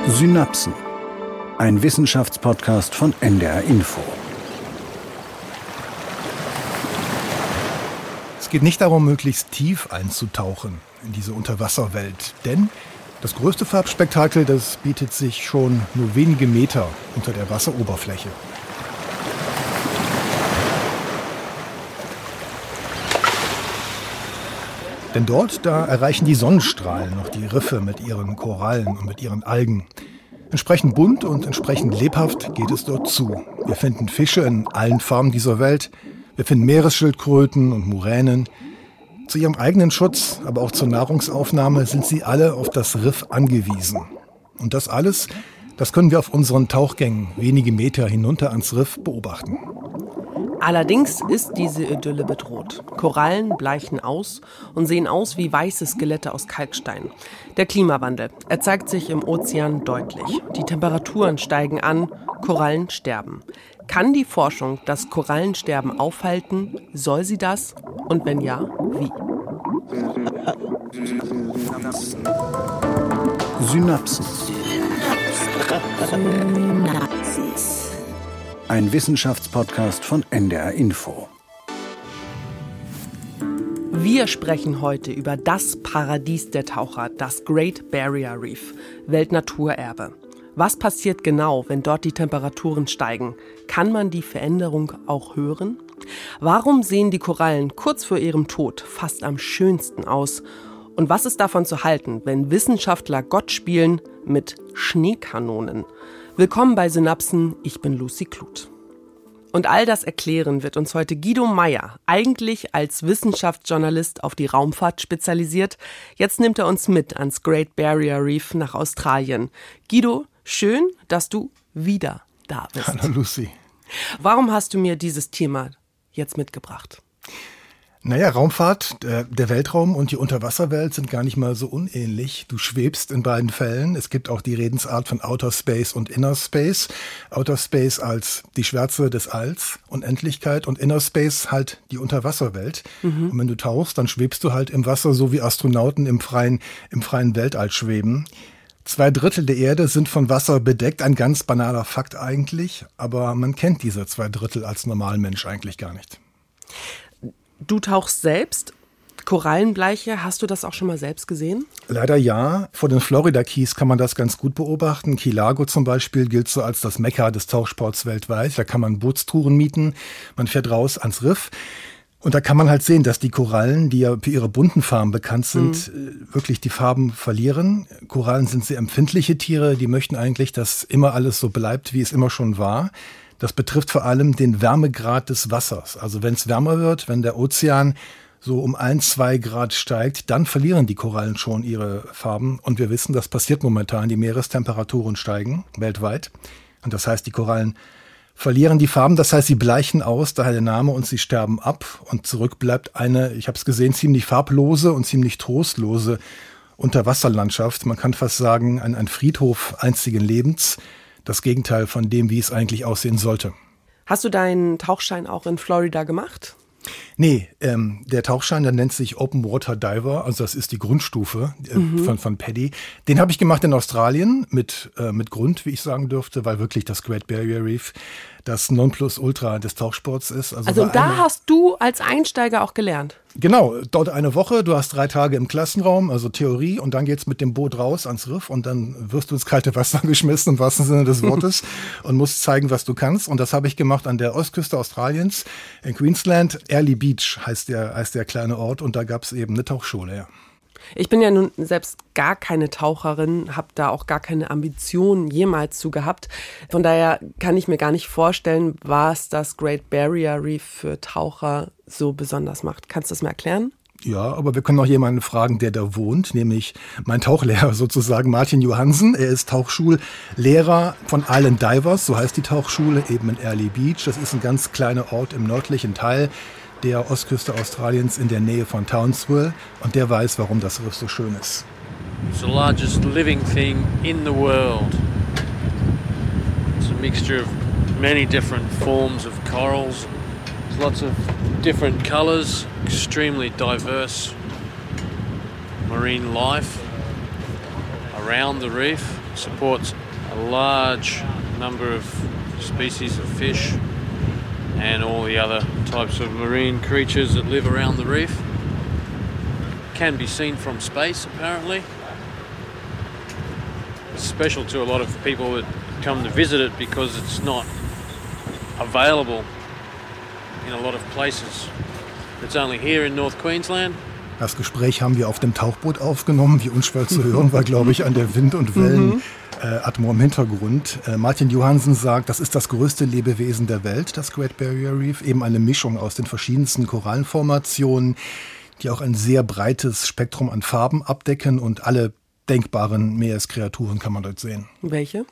Synapsen, ein Wissenschaftspodcast von NDR Info. Es geht nicht darum, möglichst tief einzutauchen in diese Unterwasserwelt, denn das größte Farbspektakel, das bietet sich schon nur wenige Meter unter der Wasseroberfläche. Denn dort, da erreichen die Sonnenstrahlen noch die Riffe mit ihren Korallen und mit ihren Algen. Entsprechend bunt und entsprechend lebhaft geht es dort zu. Wir finden Fische in allen Farben dieser Welt. Wir finden Meeresschildkröten und Muränen. Zu ihrem eigenen Schutz, aber auch zur Nahrungsaufnahme sind sie alle auf das Riff angewiesen. Und das alles, das können wir auf unseren Tauchgängen wenige Meter hinunter ans Riff beobachten. Allerdings ist diese Idylle bedroht. Korallen bleichen aus und sehen aus wie weiße Skelette aus Kalkstein. Der Klimawandel, er zeigt sich im Ozean deutlich. Die Temperaturen steigen an, Korallen sterben. Kann die Forschung das Korallensterben aufhalten? Soll sie das? Und wenn ja, wie? Synapsen. Ein Wissenschaftspodcast von NDR Info. Wir sprechen heute über das Paradies der Taucher, das Great Barrier Reef, Weltnaturerbe. Was passiert genau, wenn dort die Temperaturen steigen? Kann man die Veränderung auch hören? Warum sehen die Korallen kurz vor ihrem Tod fast am schönsten aus? Und was ist davon zu halten, wenn Wissenschaftler Gott spielen mit Schneekanonen? Willkommen bei Synapsen, ich bin Lucy Kluth. Und all das erklären wird uns heute Guido Meyer, eigentlich als Wissenschaftsjournalist auf die Raumfahrt spezialisiert. Jetzt nimmt er uns mit ans Great Barrier Reef nach Australien. Guido, schön, dass du wieder da bist. Hallo Lucy. Warum hast du mir dieses Thema jetzt mitgebracht? Naja, Raumfahrt, der Weltraum und die Unterwasserwelt sind gar nicht mal so unähnlich. Du schwebst in beiden Fällen. Es gibt auch die Redensart von Outer Space und Inner Space. Outer Space als die Schwärze des Alls, Unendlichkeit, und Inner Space halt die Unterwasserwelt. Und wenn du tauchst, dann schwebst du halt im Wasser, so wie Astronauten im freien Weltall schweben. 2/3 der Erde sind von Wasser bedeckt. Ein ganz banaler Fakt eigentlich. Aber man kennt diese 2/3 als Normalmensch eigentlich gar nicht. Du tauchst selbst. Korallenbleiche, hast du das auch schon mal selbst gesehen? Leider ja. Vor den Florida Keys kann man das ganz gut beobachten. Key Largo zum Beispiel gilt so als das Mekka des Tauchsports weltweit. Da kann man Bootstouren mieten. Man fährt raus ans Riff. Und da kann man halt sehen, dass die Korallen, die ja für ihre bunten Farben bekannt sind, wirklich die Farben verlieren. Korallen sind sehr empfindliche Tiere. Die möchten eigentlich, dass immer alles so bleibt, wie es immer schon war. Das betrifft vor allem den Wärmegrad des Wassers. Also wenn es wärmer wird, wenn der Ozean so um 1-2 Grad steigt, dann verlieren die Korallen schon ihre Farben. Und wir wissen, das passiert momentan. Die Meerestemperaturen steigen weltweit. Und das heißt, die Korallen verlieren die Farben. Das heißt, sie bleichen aus, daher der Name, und sie sterben ab. Und zurück bleibt eine, ich habe es gesehen, ziemlich farblose und ziemlich trostlose Unterwasserlandschaft. Man kann fast sagen, ein Friedhof einzigen Lebens. Das Gegenteil von dem, wie es eigentlich aussehen sollte. Hast du deinen Tauchschein auch in Florida gemacht? Nee, der Tauchschein, der nennt sich Open Water Diver, also das ist die Grundstufe von PADI. Den habe ich gemacht in Australien mit Grund, wie ich sagen dürfte, weil wirklich das Great Barrier Reef das Nonplusultra des Tauchsports ist. Also da hast du als Einsteiger auch gelernt? Genau, dort eine Woche, du hast 3 Tage im Klassenraum, also Theorie, und dann geht's mit dem Boot raus ans Riff und dann wirst du ins kalte Wasser geschmissen, im wahrsten Sinne des Wortes, und musst zeigen, was du kannst. Und das habe ich gemacht an der Ostküste Australiens, in Queensland. Airlie Beach heißt der kleine Ort, und da gab's eben eine Tauchschule, ja. Ich bin ja nun selbst gar keine Taucherin, habe da auch gar keine Ambitionen jemals zu gehabt. Von daher kann ich mir gar nicht vorstellen, was das Great Barrier Reef für Taucher so besonders macht. Kannst du das mal erklären? Ja, aber wir können auch jemanden fragen, der da wohnt, nämlich mein Tauchlehrer sozusagen, Martin Johansen. Er ist Tauchschullehrer von Island Divers, so heißt die Tauchschule, eben in Airlie Beach. Das ist ein ganz kleiner Ort im nördlichen Teil der Ostküste Australiens in der Nähe von Townsville, und der weiß, warum das Riff so schön ist. It's the largest living thing in the world. It's a mixture of many different forms of corals. There's lots of different colours, extremely diverse marine life around the reef. supports a large number of species of fish and all the other types of marine creatures that live around the reef. Can be seen from space, apparently. It's special to a lot of people that come to visit it because it's not available in a lot of places. It's only here in North Queensland. Das Gespräch haben wir auf dem Tauchboot aufgenommen. Wie unschwer zu hören war, glaube ich, an der Wind- und Wellenatmung im Hintergrund. Martin Johansen sagt, das ist das größte Lebewesen der Welt, das Great Barrier Reef. Eben eine Mischung aus den verschiedensten Korallenformationen, die auch ein sehr breites Spektrum an Farben abdecken. Und alle denkbaren Meereskreaturen kann man dort sehen. Welche?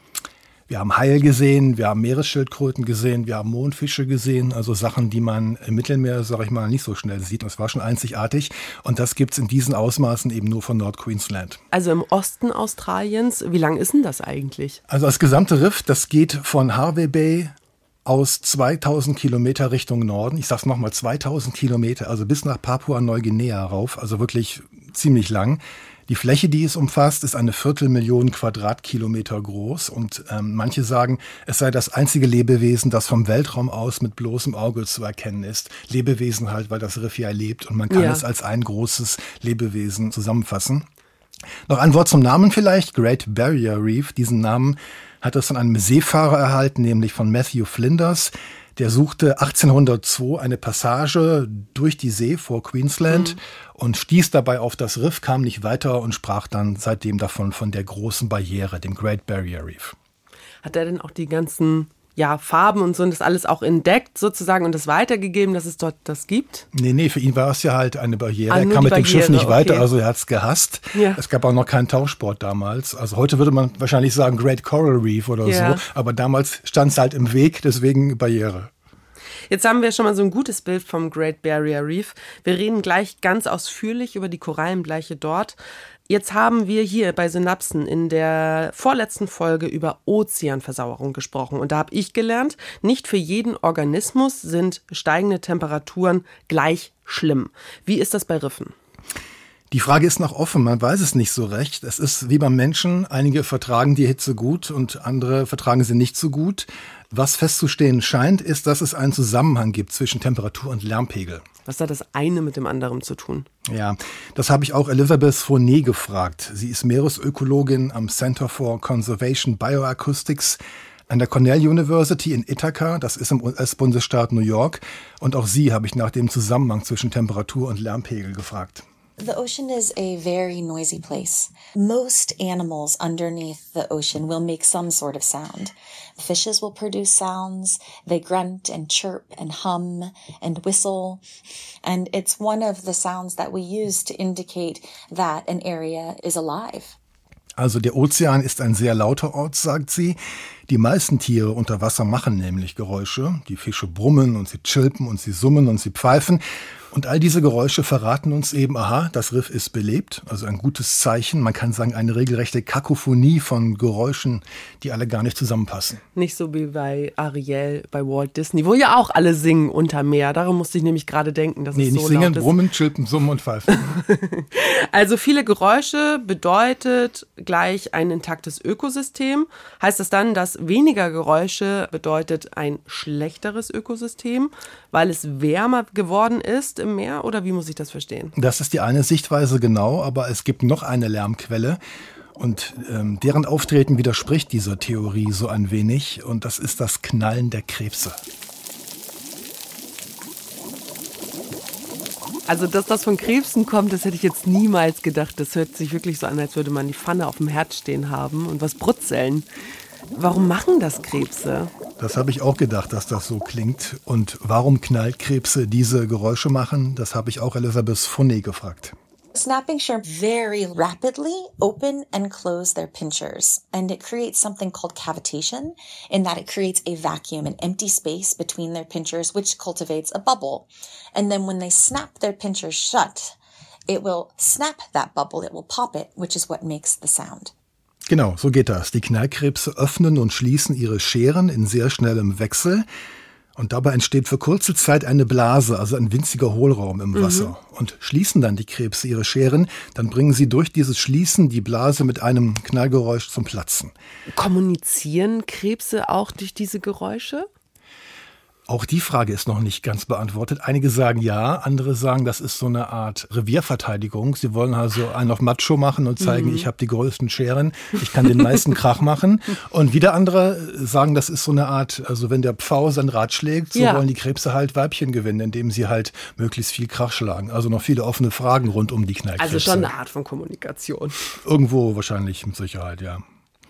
Wir haben Haie gesehen, wir haben Meeresschildkröten gesehen, wir haben Mondfische gesehen, also Sachen, die man im Mittelmeer, sag ich mal, nicht so schnell sieht. Das war schon einzigartig und das gibt's in diesen Ausmaßen eben nur von Nord-Queensland. Also im Osten Australiens, wie lang ist denn das eigentlich? Also das gesamte Riff, das geht von Hervey Bay aus 2000 Kilometer Richtung Norden. Ich sag's nochmal, 2000 Kilometer, also bis nach Papua-Neuguinea rauf, also wirklich ziemlich lang. Die Fläche, die es umfasst, ist 250.000 Quadratkilometer groß und manche sagen, es sei das einzige Lebewesen, das vom Weltraum aus mit bloßem Auge zu erkennen ist. Lebewesen halt, weil das Riff ja lebt und man kann es als ein großes Lebewesen zusammenfassen. Noch ein Wort zum Namen vielleicht, Great Barrier Reef. Diesen Namen hat es von einem Seefahrer erhalten, nämlich von Matthew Flinders. Der suchte 1802 eine Passage durch die See vor Queensland und stieß dabei auf das Riff, kam nicht weiter und sprach dann seitdem davon von der großen Barriere, dem Great Barrier Reef. Hat er denn auch die ganzen Farben und so und das alles auch entdeckt sozusagen und das weitergegeben, dass es dort das gibt? Nee, für ihn war es ja halt eine Barriere. Er kam mit dem Schiff nicht weiter, also er hat es gehasst. Ja. Es gab auch noch keinen Tauchsport damals. Also heute würde man wahrscheinlich sagen Great Coral Reef oder so, aber damals stand es halt im Weg, deswegen Barriere. Jetzt haben wir schon mal so ein gutes Bild vom Great Barrier Reef. Wir reden gleich ganz ausführlich über die Korallenbleiche dort. Jetzt haben wir hier bei Synapsen in der vorletzten Folge über Ozeanversauerung gesprochen. Und da habe ich gelernt, nicht für jeden Organismus sind steigende Temperaturen gleich schlimm. Wie ist das bei Riffen? Die Frage ist noch offen, man weiß es nicht so recht. Es ist wie beim Menschen, einige vertragen die Hitze gut und andere vertragen sie nicht so gut. Was festzustehen scheint, ist, dass es einen Zusammenhang gibt zwischen Temperatur und Lärmpegel. Was hat das eine mit dem anderen zu tun? Ja, das habe ich auch Elisabeth Fournet gefragt. Sie ist Meeresökologin am Center for Conservation Bioacoustics an der Cornell University in Ithaca, das ist im US-Bundesstaat New York. Und auch sie habe ich nach dem Zusammenhang zwischen Temperatur und Lärmpegel gefragt. The ocean is a very noisy place. Most animals underneath the ocean will make some sort of sound. Fishes will produce sounds. They grunt and chirp and hum and whistle. And it's one of the sounds that we use to indicate that an area is alive. Also der Ozean ist ein sehr lauter Ort, sagt sie. Die meisten Tiere unter Wasser machen nämlich Geräusche. Die Fische brummen und sie chilpen und sie summen und sie pfeifen. Und all diese Geräusche verraten uns eben, aha, das Riff ist belebt, also ein gutes Zeichen. Man kann sagen, eine regelrechte Kakophonie von Geräuschen, die alle gar nicht zusammenpassen. Nicht so wie bei Ariel, bei Walt Disney, wo ja auch alle singen unter Meer. Darum musste ich nämlich gerade denken, dass es so laut ist. Nee, nicht singen, brummen, chilpen, summen und pfeifen. Also viele Geräusche bedeutet gleich ein intaktes Ökosystem. Heißt das dann, dass weniger Geräusche bedeutet ein schlechteres Ökosystem, weil es wärmer geworden ist im Meer, oder wie muss ich das verstehen? Das ist die eine Sichtweise, genau, aber es gibt noch eine Lärmquelle und deren Auftreten widerspricht dieser Theorie so ein wenig und das ist das Knallen der Krebse. Also, dass das von Krebsen kommt, das hätte ich jetzt niemals gedacht. Das hört sich wirklich so an, als würde man die Pfanne auf dem Herd stehen haben und was brutzeln. Warum machen das Krebse? Das habe ich auch gedacht, dass das so klingt. Und warum Knallkrebse diese Geräusche machen, das habe ich auch Elisabeth Fournet gefragt. Snapping shrimp very rapidly open and close their pinchers, and it creates something called cavitation, in that it creates a vacuum, an empty space between their pinchers, which cultivates a bubble. And then when they snap their pinchers shut, it will snap that bubble, it will pop it, which is what makes the sound. Genau, so geht das. Die Knallkrebse öffnen und schließen ihre Scheren in sehr schnellem Wechsel. Und dabei entsteht für kurze Zeit eine Blase, also ein winziger Hohlraum im Wasser. Und schließen dann die Krebse ihre Scheren, dann bringen sie durch dieses Schließen die Blase mit einem Knallgeräusch zum Platzen. Kommunizieren Krebse auch durch diese Geräusche? Auch die Frage ist noch nicht ganz beantwortet. Einige sagen ja, andere sagen, das ist so eine Art Revierverteidigung. Sie wollen also einen auf Macho machen und zeigen, ich habe die größten Scheren, ich kann den meisten Krach machen. Und wieder andere sagen, das ist so eine Art, also wenn der Pfau sein Rad schlägt, so wollen die Krebse halt Weibchen gewinnen, indem sie halt möglichst viel Krach schlagen. Also noch viele offene Fragen rund um die Knallkrebse. Also schon eine Art von Kommunikation. Irgendwo wahrscheinlich mit Sicherheit, ja.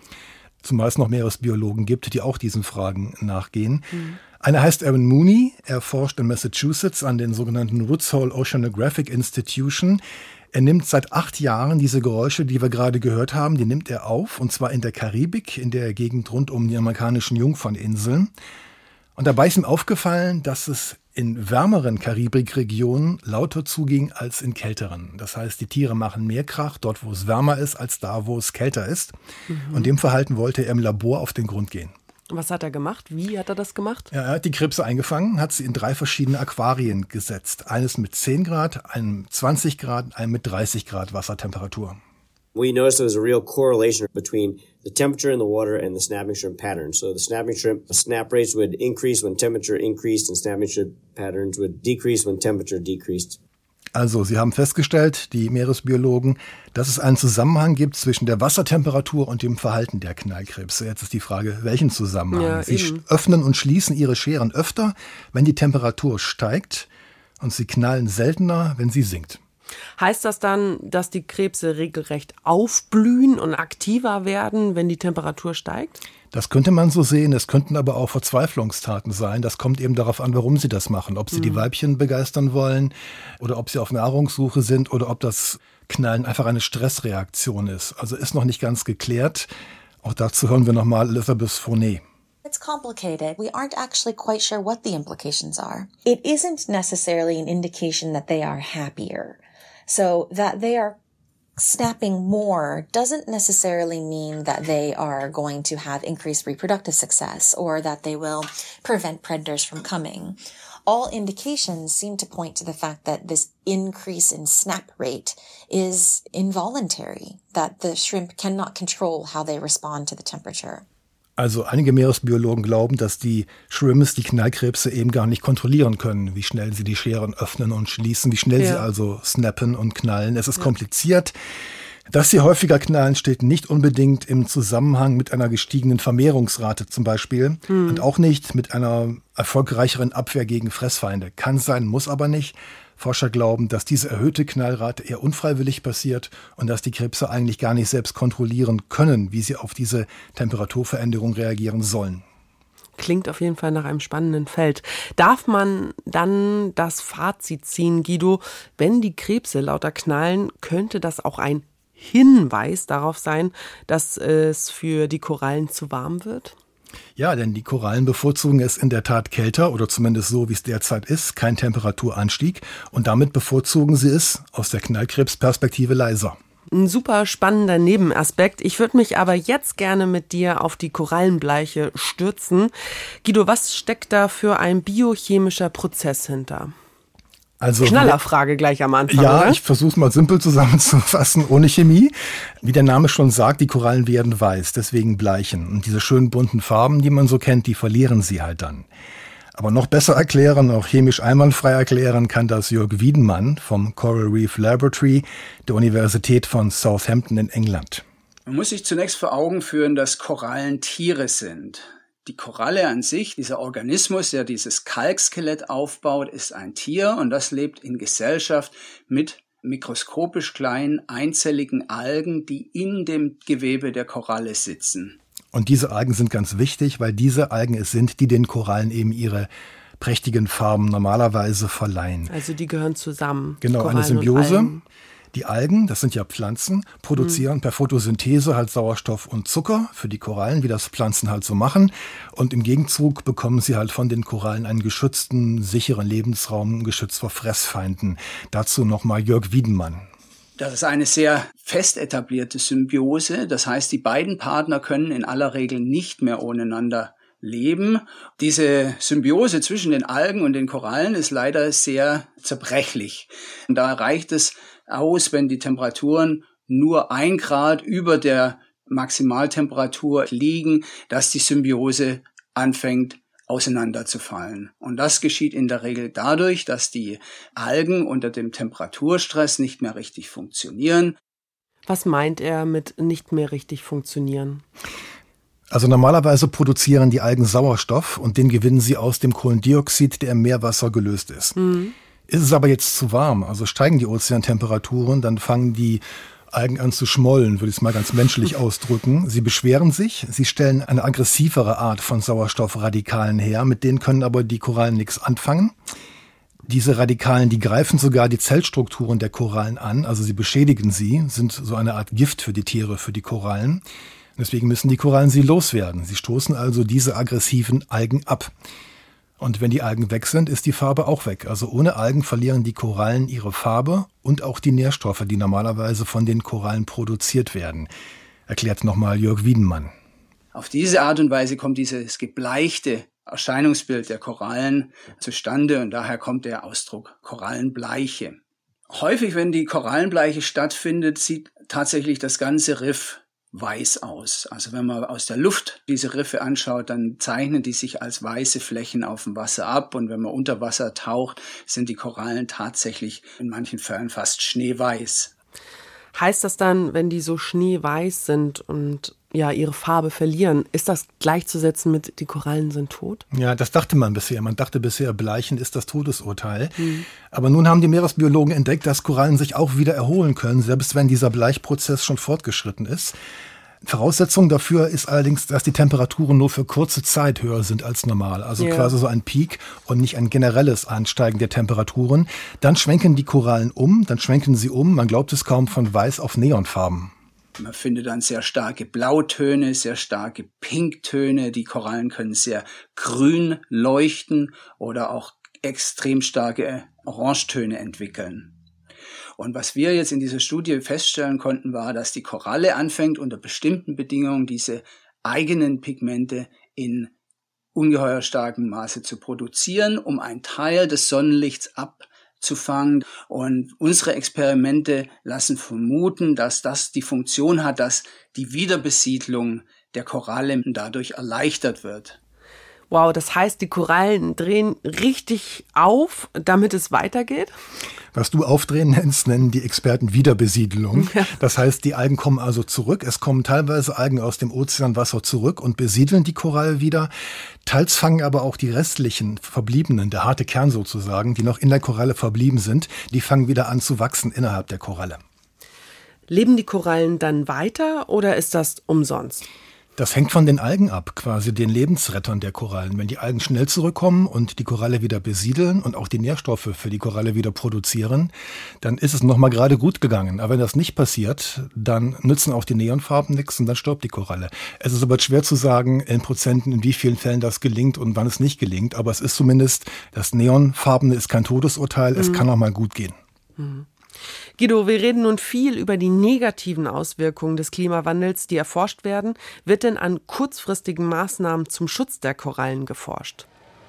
Zumal es noch Meeresbiologen gibt, die auch diesen Fragen nachgehen. Einer heißt Aaron Mooney, er forscht in Massachusetts an den sogenannten Woods Hole Oceanographic Institution. Er nimmt seit 8 Jahren diese Geräusche, die wir gerade gehört haben, die nimmt er auf, und zwar in der Karibik, in der Gegend rund um die amerikanischen Jungferninseln. Und dabei ist ihm aufgefallen, dass es in wärmeren Karibikregionen lauter zuging als in kälteren. Das heißt, die Tiere machen mehr Krach dort, wo es wärmer ist, als da, wo es kälter ist. Und dem Verhalten wollte er im Labor auf den Grund gehen. Was hat er gemacht? Wie hat er das gemacht? Ja, er hat die Krebse eingefangen, hat sie in 3 verschiedene Aquarien gesetzt. Eines mit 10 Grad, einem 20 Grad, einem mit 30 Grad Wassertemperatur. We noticed there was a real correlation between the temperature in the water and the snapping shrimp patterns. So the snapping shrimp snap rates would increase when temperature increased and snapping shrimp patterns would decrease when temperature decreased. Also, sie haben festgestellt, die Meeresbiologen, dass es einen Zusammenhang gibt zwischen der Wassertemperatur und dem Verhalten der Knallkrebse. Jetzt ist die Frage, welchen Zusammenhang? Ja, sie öffnen und schließen ihre Scheren öfter, wenn die Temperatur steigt, und sie knallen seltener, wenn sie sinkt. Heißt das dann, dass die Krebse regelrecht aufblühen und aktiver werden, wenn die Temperatur steigt? Das könnte man so sehen, es könnten aber auch Verzweiflungstaten sein. Das kommt eben darauf an, warum sie das machen. Ob sie die Weibchen begeistern wollen oder ob sie auf Nahrungssuche sind oder ob das Knallen einfach eine Stressreaktion ist. Also ist noch nicht ganz geklärt. Auch dazu hören wir nochmal Elizabeth Fournet. It's complicated. We aren't actually quite sure what the implications are. It isn't necessarily an indication that they are happier. So that they are snapping more doesn't necessarily mean that they are going to have increased reproductive success or that they will prevent predators from coming. All indications seem to point to the fact that this increase in snap rate is involuntary, that the shrimp cannot control how they respond to the temperature. Also einige Meeresbiologen glauben, dass die Shrimps, die Knallkrebse, eben gar nicht kontrollieren können, wie schnell sie die Scheren öffnen und schließen, wie schnell sie also snappen und knallen. Es ist kompliziert. Dass sie häufiger knallen, steht nicht unbedingt im Zusammenhang mit einer gestiegenen Vermehrungsrate zum Beispiel und auch nicht mit einer erfolgreicheren Abwehr gegen Fressfeinde. Kann sein, muss aber nicht. Forscher glauben, dass diese erhöhte Knallrate eher unfreiwillig passiert und dass die Krebse eigentlich gar nicht selbst kontrollieren können, wie sie auf diese Temperaturveränderung reagieren sollen. Klingt auf jeden Fall nach einem spannenden Feld. Darf man dann das Fazit ziehen, Guido, wenn die Krebse lauter knallen, könnte das auch ein Hinweis darauf sein, dass es für die Korallen zu warm wird? Ja, denn die Korallen bevorzugen es in der Tat kälter oder zumindest so, wie es derzeit ist, kein Temperaturanstieg. Und damit bevorzugen sie es aus der Knallkrebsperspektive leiser. Ein super spannender Nebenaspekt. Ich würde mich aber jetzt gerne mit dir auf die Korallenbleiche stürzen. Guido, was steckt da für ein biochemischer Prozess hinter? Also, Knallerfrage gleich am Anfang, ja, oder? Ich versuche es mal simpel zusammenzufassen, ohne Chemie. Wie der Name schon sagt, die Korallen werden weiß, deswegen bleichen. Und diese schönen bunten Farben, die man so kennt, die verlieren sie halt dann. Aber noch besser erklären, auch chemisch einwandfrei erklären, kann das Jörg Wiedenmann vom Coral Reef Laboratory der Universität von Southampton in England. Man muss sich zunächst vor Augen führen, dass Korallen Tiere sind. Die Koralle an sich, dieser Organismus, der dieses Kalkskelett aufbaut, ist ein Tier und das lebt in Gesellschaft mit mikroskopisch kleinen, einzelligen Algen, die in dem Gewebe der Koralle sitzen. Und diese Algen sind ganz wichtig, weil diese Algen es sind, die den Korallen eben ihre prächtigen Farben normalerweise verleihen. Also die gehören zusammen. Genau, Korallen eine Symbiose. und Algen. Die Algen, das sind ja Pflanzen, produzieren per Photosynthese halt Sauerstoff und Zucker für die Korallen, wie das Pflanzen halt so machen. Und im Gegenzug bekommen sie halt von den Korallen einen geschützten, sicheren Lebensraum, geschützt vor Fressfeinden. Dazu nochmal Jörg Wiedenmann. Das ist eine sehr fest etablierte Symbiose. Das heißt, die beiden Partner können in aller Regel nicht mehr ohneinander leben. Diese Symbiose zwischen den Algen und den Korallen ist leider sehr zerbrechlich. Und da reicht es aus, wenn die Temperaturen nur 1 Grad über der Maximaltemperatur liegen, dass die Symbiose anfängt auseinanderzufallen. Und das geschieht in der Regel dadurch, dass die Algen unter dem Temperaturstress nicht mehr richtig funktionieren. Was meint er mit nicht mehr richtig funktionieren? Also normalerweise produzieren die Algen Sauerstoff und den gewinnen sie aus dem Kohlendioxid, der im Meerwasser gelöst ist. Ist es aber jetzt zu warm, also steigen die Ozeantemperaturen, dann fangen die Algen an zu schmollen, würde ich es mal ganz menschlich ausdrücken. Sie beschweren sich, sie stellen eine aggressivere Art von Sauerstoffradikalen her, mit denen können aber die Korallen nichts anfangen. Diese Radikalen, die greifen sogar die Zellstrukturen der Korallen an, also sie beschädigen sie, sind so eine Art Gift für die Tiere, für die Korallen. Deswegen müssen die Korallen sie loswerden. Sie stoßen also diese aggressiven Algen ab. Und wenn die Algen weg sind, ist die Farbe auch weg. Also ohne Algen verlieren die Korallen ihre Farbe und auch die Nährstoffe, die normalerweise von den Korallen produziert werden. Erklärt nochmal Jörg Wiedenmann. Auf diese Art und Weise kommt dieses gebleichte Erscheinungsbild der Korallen zustande und daher kommt der Ausdruck Korallenbleiche. Häufig, wenn die Korallenbleiche stattfindet, sieht tatsächlich das ganze Riff weiß aus. Also wenn man aus der Luft diese Riffe anschaut, dann zeichnen die sich als weiße Flächen auf dem Wasser ab und wenn man unter Wasser taucht, sind die Korallen tatsächlich in manchen Fällen fast schneeweiß. Heißt das dann, wenn die so schneeweiß sind und ja ihre Farbe verlieren, ist das gleichzusetzen mit die Korallen sind tot? Ja, das dachte man bisher. Man dachte bisher, Bleichen ist das Todesurteil. Aber nun haben die Meeresbiologen entdeckt, dass Korallen sich auch wieder erholen können, selbst wenn dieser Bleichprozess schon fortgeschritten ist. Voraussetzung dafür ist allerdings, dass die Temperaturen nur für kurze Zeit höher sind als normal. Also quasi so ein Peak und nicht ein generelles Ansteigen der Temperaturen. Dann schwenken die Korallen um, man glaubt es kaum, von weiß auf Neonfarben. Man findet dann sehr starke Blautöne, sehr starke Pinktöne. Die Korallen können sehr grün leuchten oder auch extrem starke Orangetöne entwickeln. Und was wir jetzt in dieser Studie feststellen konnten, war, dass die Koralle anfängt, unter bestimmten Bedingungen diese eigenen Pigmente in ungeheuer starkem Maße zu produzieren, um einen Teil des Sonnenlichts abzufangen. Und unsere Experimente lassen vermuten, dass das die Funktion hat, dass die Wiederbesiedlung der Koralle dadurch erleichtert wird. Wow, das heißt, die Korallen drehen richtig auf, damit es weitergeht? Was du aufdrehen nennst, nennen die Experten Wiederbesiedlung. Ja. Das heißt, die Algen kommen also zurück. Es kommen teilweise Algen aus dem Ozeanwasser zurück und besiedeln die Koralle wieder. Teils fangen aber auch die restlichen Verbliebenen, der harte Kern sozusagen, die noch in der Koralle verblieben sind, die fangen wieder an zu wachsen innerhalb der Koralle. Leben die Korallen dann weiter oder ist das umsonst? Das hängt von den Algen ab, quasi den Lebensrettern der Korallen. Wenn die Algen schnell zurückkommen und die Koralle wieder besiedeln und auch die Nährstoffe für die Koralle wieder produzieren, dann ist es nochmal gerade gut gegangen. Aber wenn das nicht passiert, dann nützen auch die Neonfarben nichts und dann stirbt die Koralle. Es ist aber schwer zu sagen in Prozenten, in wie vielen Fällen das gelingt und wann es nicht gelingt. Aber es ist zumindest, das Neonfarbene ist kein Todesurteil, es kann auch mal gut gehen. Guido, wir reden nun viel über die negativen Auswirkungen des Klimawandels, die erforscht werden. Wird denn an kurzfristigen Maßnahmen zum Schutz der Korallen geforscht?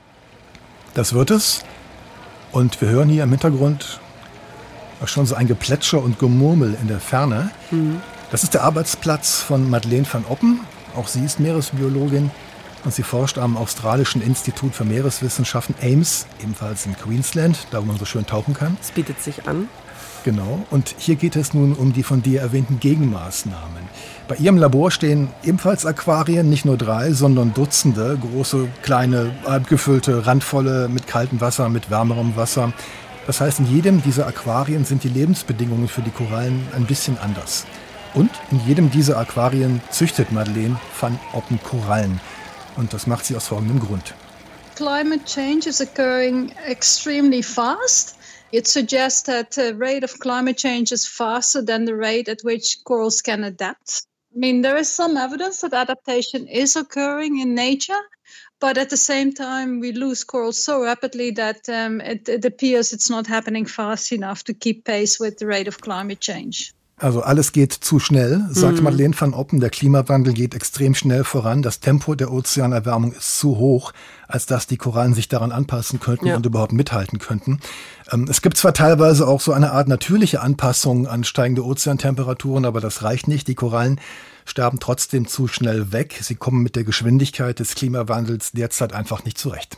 Das wird es. Und wir hören hier im Hintergrund schon so ein Geplätscher und Gemurmel in der Ferne. Das ist der Arbeitsplatz von Madeleine van Oppen. Auch sie ist Meeresbiologin und sie forscht am Australischen Institut für Meereswissenschaften AIMS, ebenfalls in Queensland, da wo man so schön tauchen kann. Es bietet sich an. Genau, und hier geht es nun um die von dir erwähnten Gegenmaßnahmen. Bei ihrem Labor stehen ebenfalls Aquarien, nicht nur 3, sondern Dutzende, große, kleine, halbgefüllte, randvolle, mit kaltem Wasser, mit wärmerem Wasser. Das heißt, in jedem dieser Aquarien sind die Lebensbedingungen für die Korallen ein bisschen anders. Und in jedem dieser Aquarien züchtet Madeleine van Oppen Korallen. Und das macht sie aus folgendem Grund. Climate change is occurring extremely fast. It suggests that the rate of climate change is faster than the rate at which corals can adapt. I mean, there is some evidence that adaptation is occurring in nature, but at the same time, we lose corals so rapidly that it appears it's not happening fast enough to keep pace with the rate of climate change. Also alles geht zu schnell, sagt Madeleine van Oppen. Der Klimawandel geht extrem schnell voran. Das Tempo der Ozeanerwärmung ist zu hoch, als dass die Korallen sich daran anpassen könnten und überhaupt mithalten könnten. Es gibt zwar teilweise auch so eine Art natürliche Anpassung an steigende Ozeantemperaturen, aber das reicht nicht. Die Korallen sterben trotzdem zu schnell weg. Sie kommen mit der Geschwindigkeit des Klimawandels derzeit einfach nicht zurecht.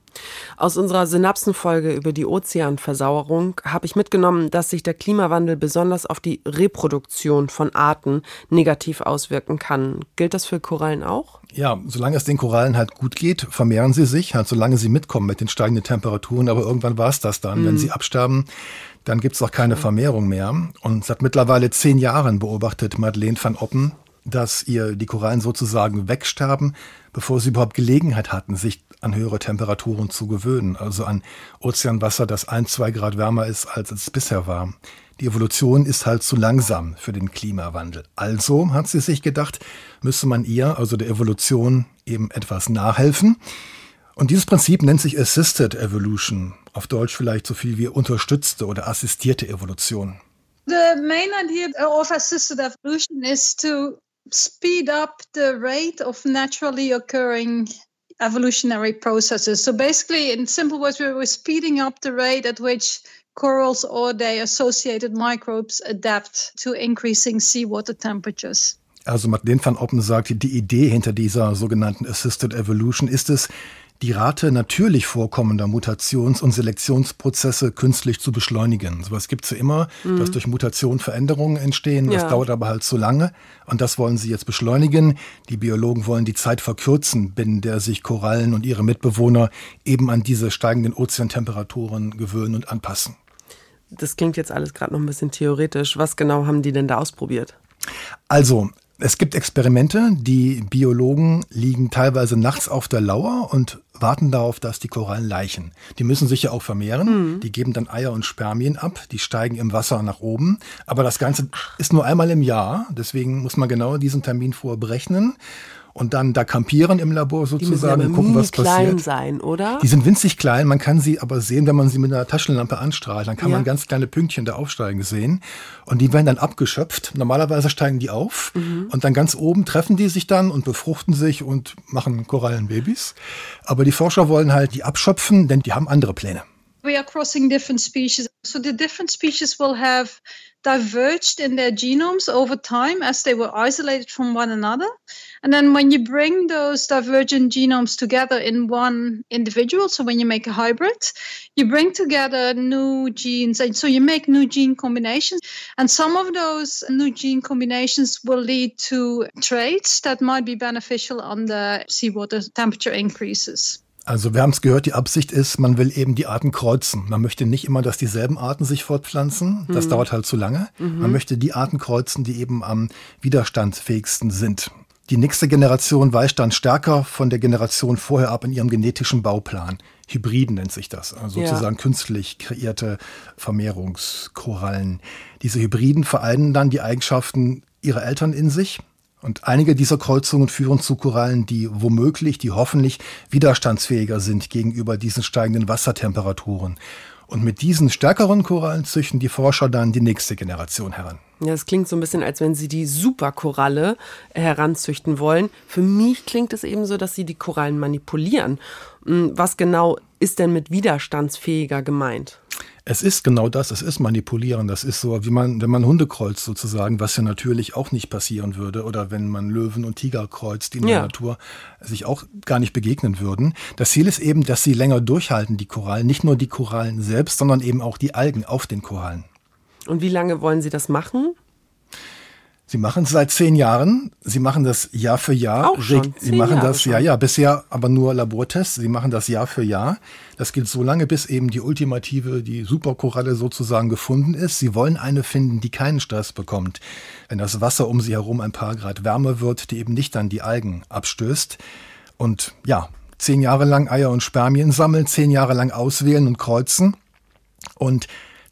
Aus unserer Synapsenfolge über die Ozeanversauerung habe ich mitgenommen, dass sich der Klimawandel besonders auf die Reproduktion von Arten negativ auswirken kann. Gilt das für Korallen auch? Ja, solange es den Korallen halt gut geht, vermehren sie sich, halt solange sie mitkommen mit den steigenden Temperaturen. Aber irgendwann war es das dann. Wenn sie absterben, dann gibt es auch keine Vermehrung mehr. Und seit mittlerweile 10 Jahren beobachtet Madeleine van Oppen, dass die Korallen sozusagen wegsterben, bevor sie überhaupt Gelegenheit hatten, sich an höhere Temperaturen zu gewöhnen. Also an Ozeanwasser, das 1-2 Grad wärmer ist, als es bisher war. Die Evolution ist halt zu langsam für den Klimawandel. Also, hat sie sich gedacht, müsse man ihr, also der Evolution, eben etwas nachhelfen. Und dieses Prinzip nennt sich Assisted Evolution. Auf Deutsch vielleicht so viel wie unterstützte oder assistierte Evolution. The main idea of assisted evolution is to speed up the rate of naturally occurring evolutionary processes. So basically, in simple words, we're speeding up the rate at which corals or their associated microbes adapt to increasing seawater temperatures. Also Madeleine van Oppen sagt, die Idee hinter dieser sogenannten Assisted Evolution ist es, die Rate natürlich vorkommender Mutations- und Selektionsprozesse künstlich zu beschleunigen. Sowas gibt es ja immer, dass durch Mutation Veränderungen entstehen. Das dauert aber halt zu lange und das wollen sie jetzt beschleunigen. Die Biologen wollen die Zeit verkürzen, binnen der sich Korallen und ihre Mitbewohner eben an diese steigenden Ozeantemperaturen gewöhnen und anpassen. Das klingt jetzt alles gerade noch ein bisschen theoretisch. Was genau haben die denn da ausprobiert? Also, es gibt Experimente, die Biologen liegen teilweise nachts auf der Lauer und warten darauf, dass die Korallen laichen. Die müssen sich ja auch vermehren, die geben dann Eier und Spermien ab, die steigen im Wasser nach oben. Aber das Ganze ist nur einmal im Jahr, deswegen muss man genau diesen Termin vorher berechnen. Und dann da campieren im Labor sozusagen und gucken, was passiert. Die müssen klein sein, oder? Die sind winzig klein, man kann sie aber sehen, wenn man sie mit einer Taschenlampe anstrahlt. Dann kann man ganz kleine Pünktchen da aufsteigen sehen. Und die werden dann abgeschöpft. Normalerweise steigen die auf. Und dann ganz oben treffen die sich dann und befruchten sich und machen Korallenbabys. Aber die Forscher wollen halt die abschöpfen, denn die haben andere Pläne. We are crossing different species. So the different species will have diverged in their genomes over time as they were isolated from one another. And then when you bring those divergent genomes together in one individual, so when you make a hybrid, you bring together new genes. And so you make new gene combinations. And some of those new gene combinations will lead to traits that might be beneficial under seawater temperature increases. Also wir haben es gehört, die Absicht ist, man will eben die Arten kreuzen. Man möchte nicht immer, dass dieselben Arten sich fortpflanzen. Das dauert halt zu lange. Man möchte die Arten kreuzen, die eben am widerstandsfähigsten sind. Die nächste Generation weicht dann stärker von der Generation vorher ab in ihrem genetischen Bauplan. Hybriden nennt sich das, also sozusagen künstlich kreierte Vermehrungskorallen. Diese Hybriden vereinen dann die Eigenschaften ihrer Eltern in sich. Und einige dieser Kreuzungen führen zu Korallen, die hoffentlich widerstandsfähiger sind gegenüber diesen steigenden Wassertemperaturen. Und mit diesen stärkeren Korallen züchten die Forscher dann die nächste Generation heran. Ja, es klingt so ein bisschen, als wenn sie die Superkoralle heranzüchten wollen. Für mich klingt es eben so, dass sie die Korallen manipulieren. Was genau ist denn mit widerstandsfähiger gemeint? Es ist genau das, es ist manipulieren. Das ist so, wie wenn man Hunde kreuzt sozusagen, was ja natürlich auch nicht passieren würde. Oder wenn man Löwen und Tiger kreuzt, die in der Natur sich auch gar nicht begegnen würden. Das Ziel ist eben, dass sie länger durchhalten, die Korallen. Nicht nur die Korallen selbst, sondern eben auch die Algen auf den Korallen. Und wie lange wollen Sie das machen? Sie machen es seit 10 Jahren. Sie machen das Jahr für Jahr. Auch schon? Sie machen das, bisher aber nur Labortests. Sie machen das Jahr für Jahr. Das gilt so lange, bis eben die ultimative, die Superkoralle sozusagen gefunden ist. Sie wollen eine finden, die keinen Stress bekommt. Wenn das Wasser um sie herum ein paar Grad wärmer wird, die eben nicht dann die Algen abstößt. Und 10 Jahre lang Eier und Spermien sammeln, 10 Jahre lang auswählen und kreuzen. Und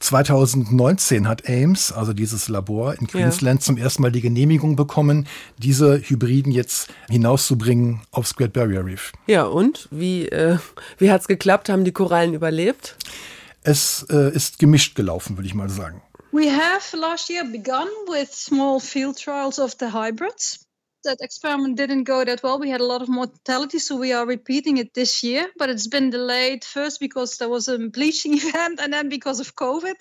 2019 hat Ames, also dieses Labor in Queensland, zum ersten Mal die Genehmigung bekommen, diese Hybriden jetzt hinauszubringen aufs Great Barrier Reef. Ja, und? Wie hat's geklappt? Haben die Korallen überlebt? Es ist gemischt gelaufen, würde ich mal sagen. We have last year begun with small field trials of the hybrids. That experiment didn't go that well. We had a lot of mortality, so we are repeating it this year. But it's been delayed first because there was a bleaching event and then because of COVID.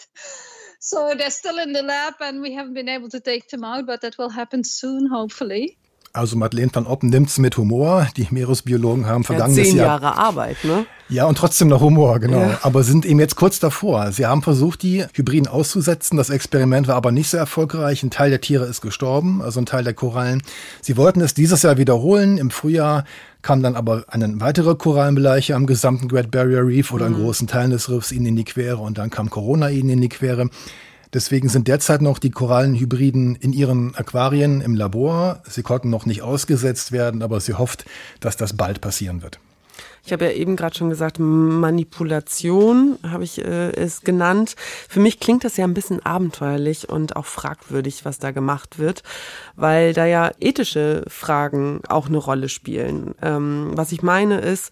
So they're still in the lab and we haven't been able to take them out, but that will happen soon, hopefully. Also Madeleine van Oppen nimmt es mit Humor. Die Meeresbiologen haben vergangenes 10 Jahr... Jahre Arbeit, ne? Ja, und trotzdem noch Humor, genau. Ja. Aber sind eben jetzt kurz davor. Sie haben versucht, die Hybriden auszusetzen. Das Experiment war aber nicht sehr erfolgreich. Ein Teil der Tiere ist gestorben, also ein Teil der Korallen. Sie wollten es dieses Jahr wiederholen. Im Frühjahr kam dann aber eine weitere Korallenbeleiche am gesamten Great Barrier Reef oder an großen Teilen des Riffs ihnen in die Quere. Und dann kam Corona ihnen in die Quere. Deswegen sind derzeit noch die Korallenhybriden in ihren Aquarien im Labor. Sie konnten noch nicht ausgesetzt werden, aber sie hofft, dass das bald passieren wird. Ich habe ja eben gerade schon gesagt, Manipulation habe ich es genannt. Für mich klingt das ja ein bisschen abenteuerlich und auch fragwürdig, was da gemacht wird, weil da ja ethische Fragen auch eine Rolle spielen. Was ich meine ist,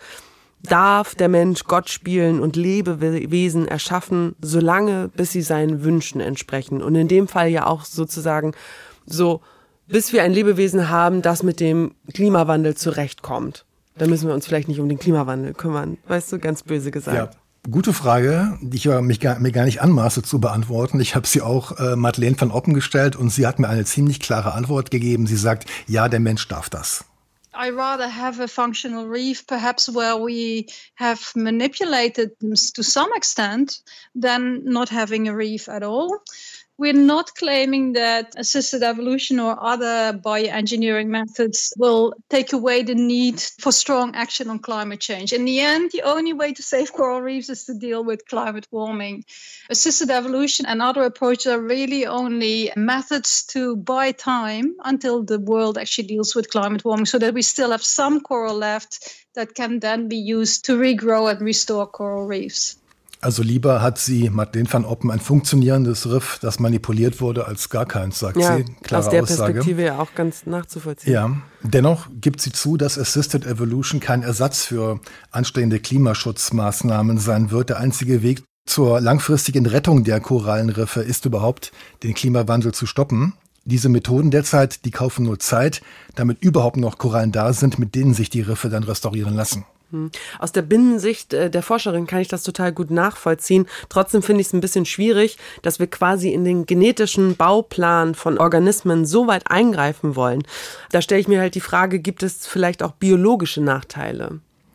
darf der Mensch Gott spielen und Lebewesen erschaffen, solange bis sie seinen Wünschen entsprechen. Und in dem Fall ja auch sozusagen so, bis wir ein Lebewesen haben, das mit dem Klimawandel zurechtkommt. Da müssen wir uns vielleicht nicht um den Klimawandel kümmern. Weißt du, ganz böse gesagt. Ja. Gute Frage, die ich mir gar nicht anmaße zu beantworten. Ich habe sie auch Madeleine van Oppen gestellt und sie hat mir eine ziemlich klare Antwort gegeben. Sie sagt, ja, der Mensch darf das. I rather have a functional reef, perhaps where we have manipulated them to some extent, than not having a reef at all. We're not claiming that assisted evolution or other bioengineering methods will take away the need for strong action on climate change. In the end, the only way to save coral reefs is to deal with climate warming. Assisted evolution and other approaches are really only methods to buy time until the world actually deals with climate warming, so that we still have some coral left that can then be used to regrow and restore coral reefs. Also lieber hat sie, Madeleine van Oppen, ein funktionierendes Riff, das manipuliert wurde, als gar keins, sagt sie. Klare aus der Aussage. Perspektive ja auch ganz nachzuvollziehen. Ja, dennoch gibt sie zu, dass Assisted Evolution kein Ersatz für anstehende Klimaschutzmaßnahmen sein wird. Der einzige Weg zur langfristigen Rettung der Korallenriffe ist überhaupt, den Klimawandel zu stoppen. Diese Methoden derzeit, die kaufen nur Zeit, damit überhaupt noch Korallen da sind, mit denen sich die Riffe dann restaurieren lassen. Aus der Binnensicht der Forscherin kann ich das total gut nachvollziehen. Trotzdem finde ich es ein bisschen schwierig, dass wir quasi in den genetischen Bauplan von Organismen so weit eingreifen wollen. Da stelle ich mir halt die Frage, gibt es vielleicht auch biologische Nachteile?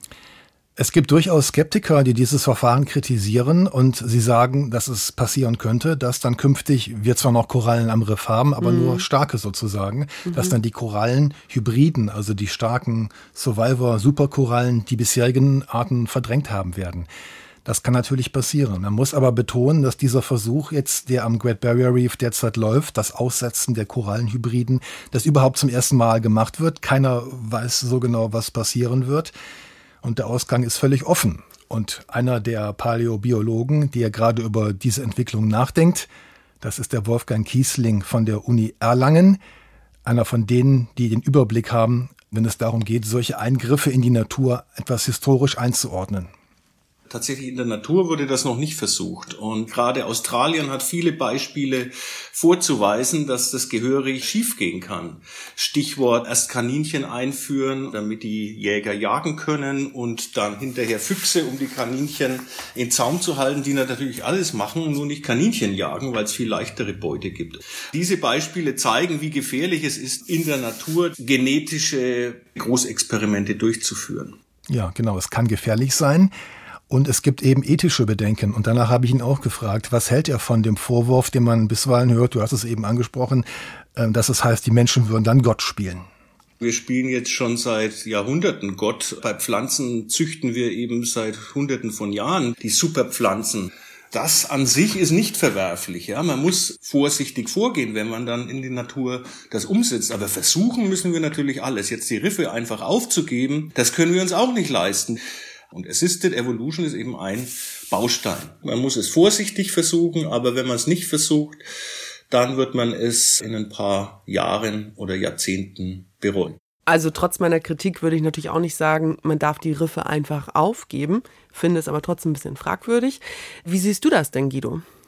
Es gibt durchaus Skeptiker, die dieses Verfahren kritisieren und sie sagen, dass es passieren könnte, dass dann künftig wir zwar noch Korallen am Riff haben, aber nur starke sozusagen, dass dann die Korallenhybriden, also die starken Survivor-Superkorallen, die bisherigen Arten verdrängt haben werden. Das kann natürlich passieren. Man muss aber betonen, dass dieser Versuch jetzt, der am Great Barrier Reef derzeit läuft, das Aussetzen der Korallenhybriden, das überhaupt zum ersten Mal gemacht wird. Keiner weiß so genau, was passieren wird. Und der Ausgang ist völlig offen. Und einer der Paläobiologen, der gerade über diese Entwicklung nachdenkt, das ist der Wolfgang Kiesling von der Uni Erlangen. Einer von denen, die den Überblick haben, wenn es darum geht, solche Eingriffe in die Natur etwas historisch einzuordnen. Tatsächlich in der Natur wurde das noch nicht versucht. Und gerade Australien hat viele Beispiele vorzuweisen, dass das gehörig schiefgehen kann. Stichwort erst Kaninchen einführen, damit die Jäger jagen können und dann hinterher Füchse, um die Kaninchen in Zaum zu halten, die natürlich alles machen, nur nicht Kaninchen jagen, weil es viel leichtere Beute gibt. Diese Beispiele zeigen, wie gefährlich es ist, in der Natur genetische Großexperimente durchzuführen. Ja, genau, es kann gefährlich sein. Und es gibt eben ethische Bedenken. Und danach habe ich ihn auch gefragt, was hält er von dem Vorwurf, den man bisweilen hört, du hast es eben angesprochen, dass es heißt, die Menschen würden dann Gott spielen. Wir spielen jetzt schon seit Jahrhunderten Gott. Bei Pflanzen züchten wir eben seit Hunderten von Jahren die Superpflanzen. Das an sich ist nicht verwerflich. Ja, man muss vorsichtig vorgehen, wenn man dann in die Natur das umsetzt. Aber versuchen müssen wir natürlich alles. Jetzt die Riffe einfach aufzugeben, das können wir uns auch nicht leisten. Und Assisted Evolution ist eben ein Baustein. Man muss es vorsichtig versuchen, aber wenn man es nicht versucht, dann wird man es in ein paar Jahren oder Jahrzehnten bereuen. Also trotz meiner Kritik würde ich natürlich auch nicht sagen, man darf die Riffe einfach aufgeben, finde es aber trotzdem ein bisschen fragwürdig. Wie siehst du das denn, Guido?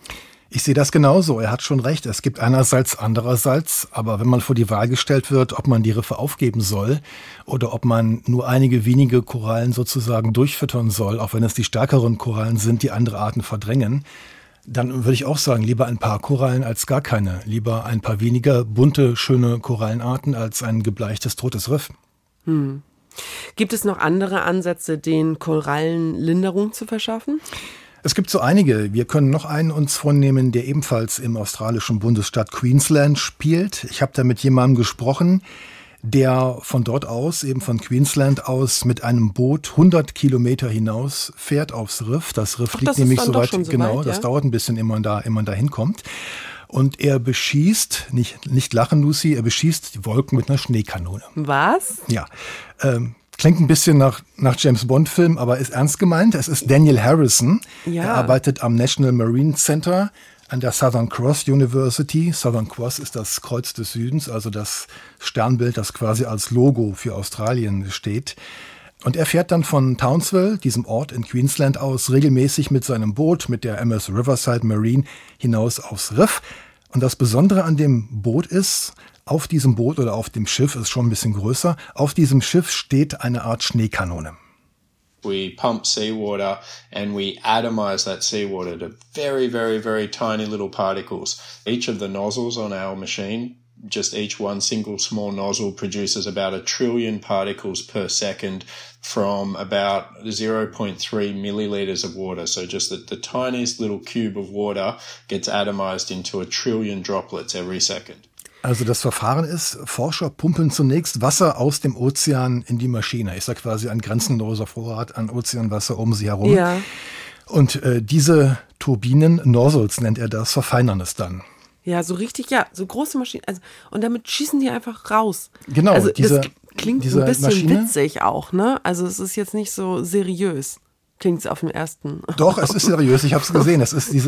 Ich sehe das genauso. Er hat schon recht. Es gibt einerseits, andererseits. Aber wenn man vor die Wahl gestellt wird, ob man die Riffe aufgeben soll oder ob man nur einige wenige Korallen sozusagen durchfüttern soll, auch wenn es die stärkeren Korallen sind, die andere Arten verdrängen, dann würde ich auch sagen, lieber ein paar Korallen als gar keine. Lieber ein paar weniger bunte, schöne Korallenarten als ein gebleichtes, totes Riff. Gibt es noch andere Ansätze, den Korallen Linderung zu verschaffen? Es gibt so einige. Wir können noch einen uns vornehmen, der ebenfalls im australischen Bundesstaat Queensland spielt. Ich habe da mit jemandem gesprochen, der von dort aus, eben von Queensland aus, mit einem Boot 100 Kilometer hinaus fährt aufs Riff. Das Riff liegt nämlich so weit, genau, das dauert ein bisschen, ehe man da hinkommt. Und er beschießt, nicht lachen, Lucy, er beschießt die Wolken mit einer Schneekanone. Was? Ja, klingt ein bisschen nach James-Bond-Film, aber ist ernst gemeint. Es ist Daniel Harrison. Ja. Er arbeitet am National Marine Center an der Southern Cross University. Southern Cross ist das Kreuz des Südens, also das Sternbild, das quasi als Logo für Australien steht. Und er fährt dann von Townsville, diesem Ort in Queensland aus, regelmäßig mit seinem Boot, mit der MS Riverside Marine, hinaus aufs Riff. Und das Besondere an dem Boot ist, auf diesem Boot oder auf dem Schiff, ist schon ein bisschen größer, auf diesem Schiff steht eine Art Schneekanone. We pump seawater and we atomize that seawater to very, very, very tiny little particles. Each of the nozzles on our machine, just each one single small nozzle produces about 1 trillion particles per second from about 0.3 milliliters of water. So just the tiniest little cube of water gets atomized into 1 trillion droplets every second. Also das Verfahren ist, Forscher pumpen zunächst Wasser aus dem Ozean in die Maschine. Ist ja quasi ein grenzenloser Vorrat an Ozeanwasser um sie herum. Ja. Und diese Turbinen, Nozzles nennt er das, verfeinern es dann. Ja, so richtig, ja, so große Maschinen. Also, und damit schießen die einfach raus. Genau. Also das klingt ein bisschen Maschine, witzig auch, ne? Also es ist jetzt nicht so seriös. Klingt es auf dem ersten. Doch, es ist seriös, ich habe es gesehen.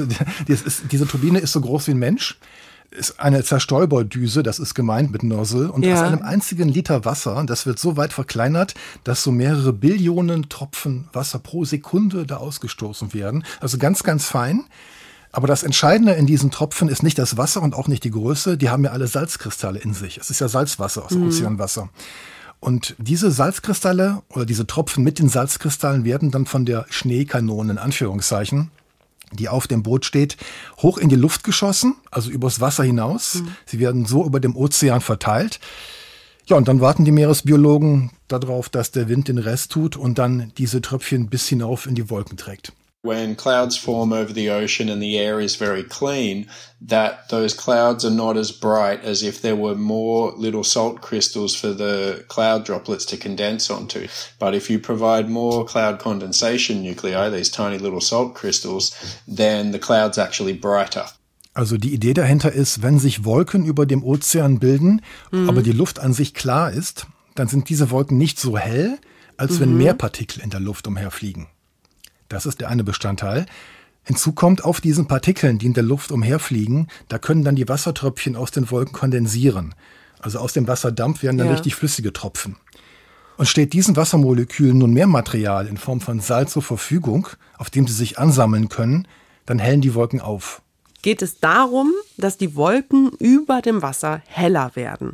Diese Turbine ist so groß wie ein Mensch. Ist eine Zerstäuberdüse, das ist gemeint mit Nozzle. Und aus einem einzigen Liter Wasser, das wird so weit verkleinert, dass so mehrere Billionen Tropfen Wasser pro Sekunde da ausgestoßen werden. Also ganz, ganz fein. Aber das Entscheidende in diesen Tropfen ist nicht das Wasser und auch nicht die Größe. Die haben ja alle Salzkristalle in sich. Es ist ja Salzwasser aus Ozeanwasser. Und diese Salzkristalle oder diese Tropfen mit den Salzkristallen werden dann von der Schneekanone, in Anführungszeichen, die auf dem Boot steht, hoch in die Luft geschossen, also übers Wasser hinaus. Sie werden so über dem Ozean verteilt. Ja, und dann warten die Meeresbiologen darauf, dass der Wind den Rest tut und dann diese Tröpfchen bis hinauf in die Wolken trägt. When clouds form over the ocean and the air is very clean, that those clouds are not as bright as if there were more little salt crystals for the cloud droplets to condense onto. But if you provide more cloud condensation nuclei, these tiny little salt crystals, then the cloud's actually brighter. Also die Idee dahinter ist, wenn sich Wolken über dem Ozean bilden, aber die Luft an sich klar ist, dann sind diese Wolken nicht so hell, als wenn mehr Partikel in der Luft umherfliegen. Das ist der eine Bestandteil. Hinzu kommt, auf diesen Partikeln, die in der Luft umherfliegen, da können dann die Wassertröpfchen aus den Wolken kondensieren. Also aus dem Wasserdampf werden dann richtig flüssige Tropfen. Und steht diesen Wassermolekülen nun mehr Material in Form von Salz zur Verfügung, auf dem sie sich ansammeln können, dann hellen die Wolken auf. Geht es darum, dass die Wolken über dem Wasser heller werden?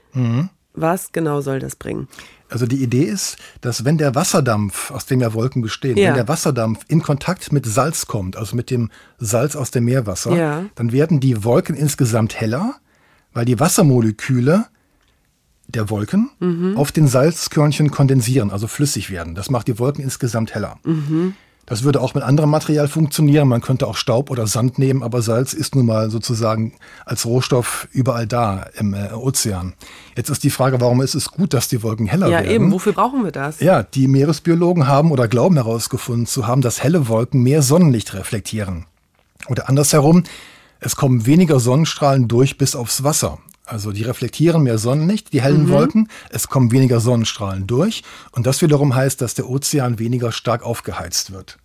Was genau soll das bringen? Also die Idee ist, dass wenn der Wasserdampf, aus dem ja Wolken bestehen, wenn der Wasserdampf in Kontakt mit Salz kommt, also mit dem Salz aus dem Meerwasser, dann werden die Wolken insgesamt heller, weil die Wassermoleküle der Wolken auf den Salzkörnchen kondensieren, also flüssig werden. Das macht die Wolken insgesamt heller. Das würde auch mit anderem Material funktionieren. Man könnte auch Staub oder Sand nehmen, aber Salz ist nun mal sozusagen als Rohstoff überall da im Ozean. Jetzt ist die Frage, warum ist es gut, dass die Wolken heller werden? Ja, eben. Wofür brauchen wir das? Ja, die Meeresbiologen haben oder glauben herausgefunden zu haben, dass helle Wolken mehr Sonnenlicht reflektieren. Oder andersherum, es kommen weniger Sonnenstrahlen durch bis aufs Wasser. Also die reflektieren mehr Sonnenlicht, die hellen Wolken, es kommen weniger Sonnenstrahlen durch und das wiederum heißt, dass der Ozean weniger stark aufgeheizt wird.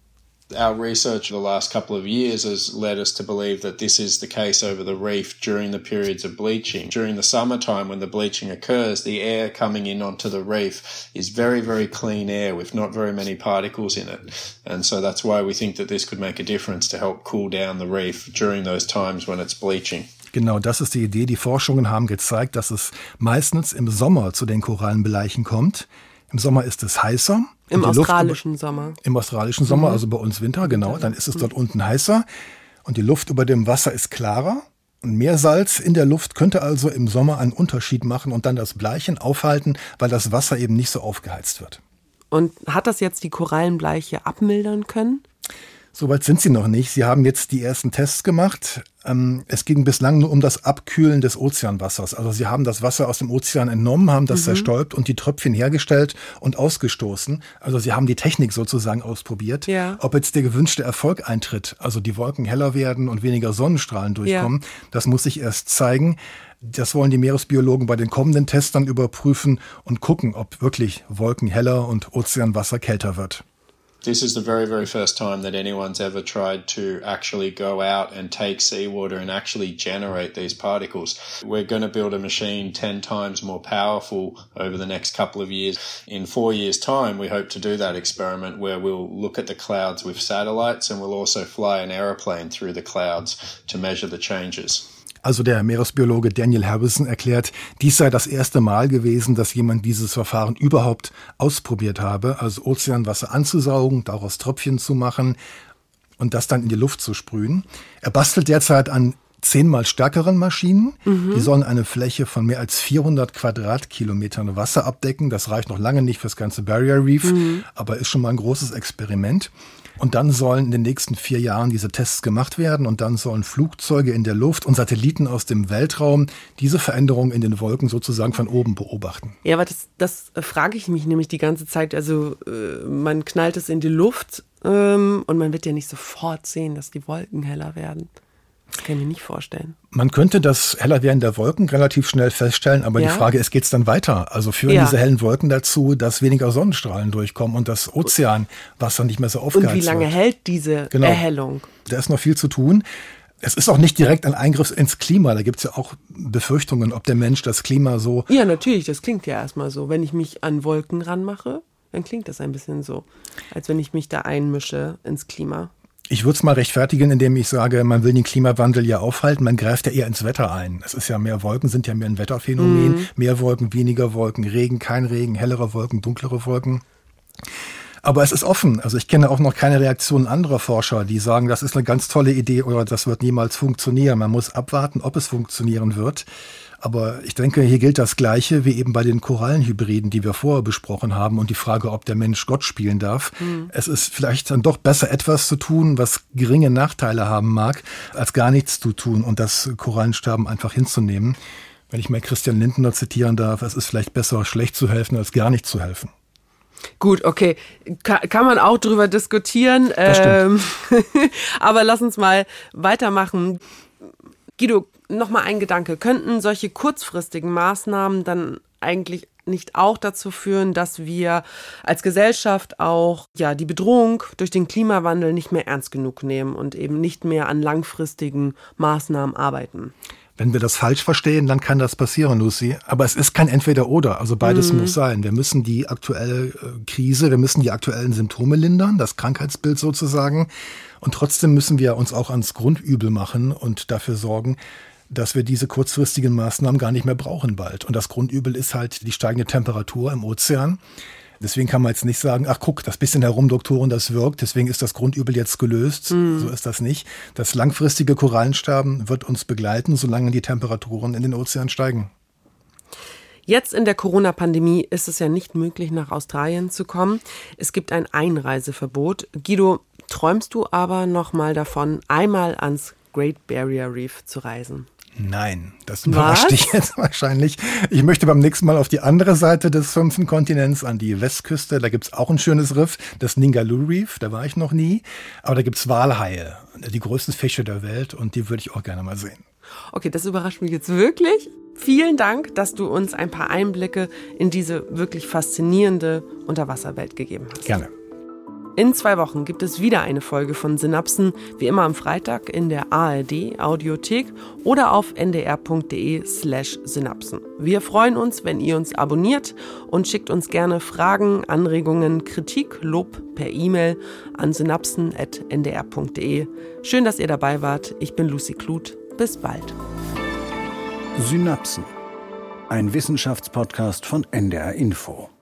Our research the last couple of years has led us to believe that this is the case over the reef during the periods of bleaching. During the summertime when the bleaching occurs, the air coming in onto the reef is very, very clean air with not very many particles in it. And so that's why we think that this could make a difference to help cool down the reef during those times when it's bleaching. Genau, das ist die Idee. Die Forschungen haben gezeigt, dass es meistens im Sommer zu den Korallenbleichen kommt. Im Sommer ist es heißer. Im australischen Sommer. Im australischen Sommer, also bei uns Winter, genau. Dann ist es dort unten heißer und die Luft über dem Wasser ist klarer. Und mehr Salz in der Luft könnte also im Sommer einen Unterschied machen und dann das Bleichen aufhalten, weil das Wasser eben nicht so aufgeheizt wird. Und hat das jetzt die Korallenbleiche abmildern können? Soweit sind sie noch nicht. Sie haben jetzt die ersten Tests gemacht. Es ging bislang nur um das Abkühlen des Ozeanwassers. Also sie haben das Wasser aus dem Ozean entnommen, haben das zerstäubt und die Tröpfchen hergestellt und ausgestoßen. Also sie haben die Technik sozusagen ausprobiert. Ja. Ob jetzt der gewünschte Erfolg eintritt, also die Wolken heller werden und weniger Sonnenstrahlen durchkommen, das muss sich erst zeigen. Das wollen die Meeresbiologen bei den kommenden Tests dann überprüfen und gucken, ob wirklich Wolken heller und Ozeanwasser kälter wird. This is the very, very first time that anyone's ever tried to actually go out and take seawater and actually generate these particles. We're going to build a machine 10 times more powerful over the next couple of years. In 4 years' time, we hope to do that experiment where we'll look at the clouds with satellites and we'll also fly an aeroplane through the clouds to measure the changes. Also der Meeresbiologe Daniel Harbison erklärt, dies sei das erste Mal gewesen, dass jemand dieses Verfahren überhaupt ausprobiert habe, also Ozeanwasser anzusaugen, daraus Tröpfchen zu machen und das dann in die Luft zu sprühen. Er bastelt derzeit an 10-mal stärkeren Maschinen. Die sollen eine Fläche von mehr als 400 Quadratkilometern Wasser abdecken. Das reicht noch lange nicht fürs ganze Barrier Reef, aber ist schon mal ein großes Experiment. Und dann sollen in den nächsten 4 Jahren diese Tests gemacht werden und dann sollen Flugzeuge in der Luft und Satelliten aus dem Weltraum diese Veränderungen in den Wolken sozusagen von oben beobachten. Ja, aber das frage ich mich nämlich die ganze Zeit. Also man knallt es in die Luft und man wird ja nicht sofort sehen, dass die Wolken heller werden. Das kann ich mir nicht vorstellen. Man könnte das Hellerwerden der Wolken relativ schnell feststellen, aber die Frage ist, geht's dann weiter? Also führen diese hellen Wolken dazu, dass weniger Sonnenstrahlen durchkommen und das Ozeanwasser nicht mehr so aufgeheizt wird? Und wie lange hält diese Erhellung? Da ist noch viel zu tun. Es ist auch nicht direkt ein Eingriff ins Klima. Da gibt's ja auch Befürchtungen, ob der Mensch das Klima so... Ja, natürlich, das klingt ja erstmal so. Wenn ich mich an Wolken ranmache, dann klingt das ein bisschen so, als wenn ich mich da einmische ins Klima. Ich würde es mal rechtfertigen, indem ich sage, man will den Klimawandel ja aufhalten, man greift ja eher ins Wetter ein. Es ist ja mehr Wolken, sind ja mehr ein Wetterphänomen, mehr Wolken, weniger Wolken, Regen, kein Regen, hellere Wolken, dunklere Wolken. Aber es ist offen. Also ich kenne auch noch keine Reaktionen anderer Forscher, die sagen, das ist eine ganz tolle Idee oder das wird niemals funktionieren. Man muss abwarten, ob es funktionieren wird. Aber ich denke, hier gilt das Gleiche wie eben bei den Korallenhybriden, die wir vorher besprochen haben und die Frage, ob der Mensch Gott spielen darf. Es ist vielleicht dann doch besser, etwas zu tun, was geringe Nachteile haben mag, als gar nichts zu tun und das Korallensterben einfach hinzunehmen. Wenn ich mal Christian Lindner zitieren darf, es ist vielleicht besser, schlecht zu helfen, als gar nicht zu helfen. Gut, okay. Kann man auch drüber diskutieren. Aber lass uns mal weitermachen. Guido, nochmal ein Gedanke. Könnten solche kurzfristigen Maßnahmen dann eigentlich nicht auch dazu führen, dass wir als Gesellschaft auch die Bedrohung durch den Klimawandel nicht mehr ernst genug nehmen und eben nicht mehr an langfristigen Maßnahmen arbeiten? Wenn wir das falsch verstehen, dann kann das passieren, Lucy. Aber es ist kein Entweder-Oder. Also beides muss sein. Wir müssen die aktuelle Krise, wir müssen die aktuellen Symptome lindern, das Krankheitsbild sozusagen. Und trotzdem müssen wir uns auch ans Grundübel machen und dafür sorgen, dass wir diese kurzfristigen Maßnahmen gar nicht mehr brauchen bald. Und das Grundübel ist halt die steigende Temperatur im Ozean. Deswegen kann man jetzt nicht sagen, ach guck, das bisschen Herumdoktoren, das wirkt, deswegen ist das Grundübel jetzt gelöst. So ist das nicht. Das langfristige Korallensterben wird uns begleiten, solange die Temperaturen in den Ozean steigen. Jetzt in der Corona-Pandemie ist es ja nicht möglich, nach Australien zu kommen. Es gibt ein Einreiseverbot. Guido, träumst du aber noch mal davon, einmal ans Great Barrier Reef zu reisen? Nein, das überrascht dich jetzt wahrscheinlich. Ich möchte beim nächsten Mal auf die andere Seite des 5. Kontinents, an die Westküste. Da gibt's auch ein schönes Riff, das Ningaloo Reef, da war ich noch nie. Aber da gibt's Walhaie, die größten Fische der Welt und die würde ich auch gerne mal sehen. Okay, das überrascht mich jetzt wirklich. Vielen Dank, dass du uns ein paar Einblicke in diese wirklich faszinierende Unterwasserwelt gegeben hast. Gerne. In 2 Wochen gibt es wieder eine Folge von Synapsen, wie immer am Freitag in der ARD Audiothek oder auf ndr.de/synapsen. Wir freuen uns, wenn ihr uns abonniert und schickt uns gerne Fragen, Anregungen, Kritik, Lob per E-Mail an synapsen@ndr.de. Schön, dass ihr dabei wart. Ich bin Lucy Kluth. Bis bald. Synapsen. Ein Wissenschaftspodcast von NDR Info.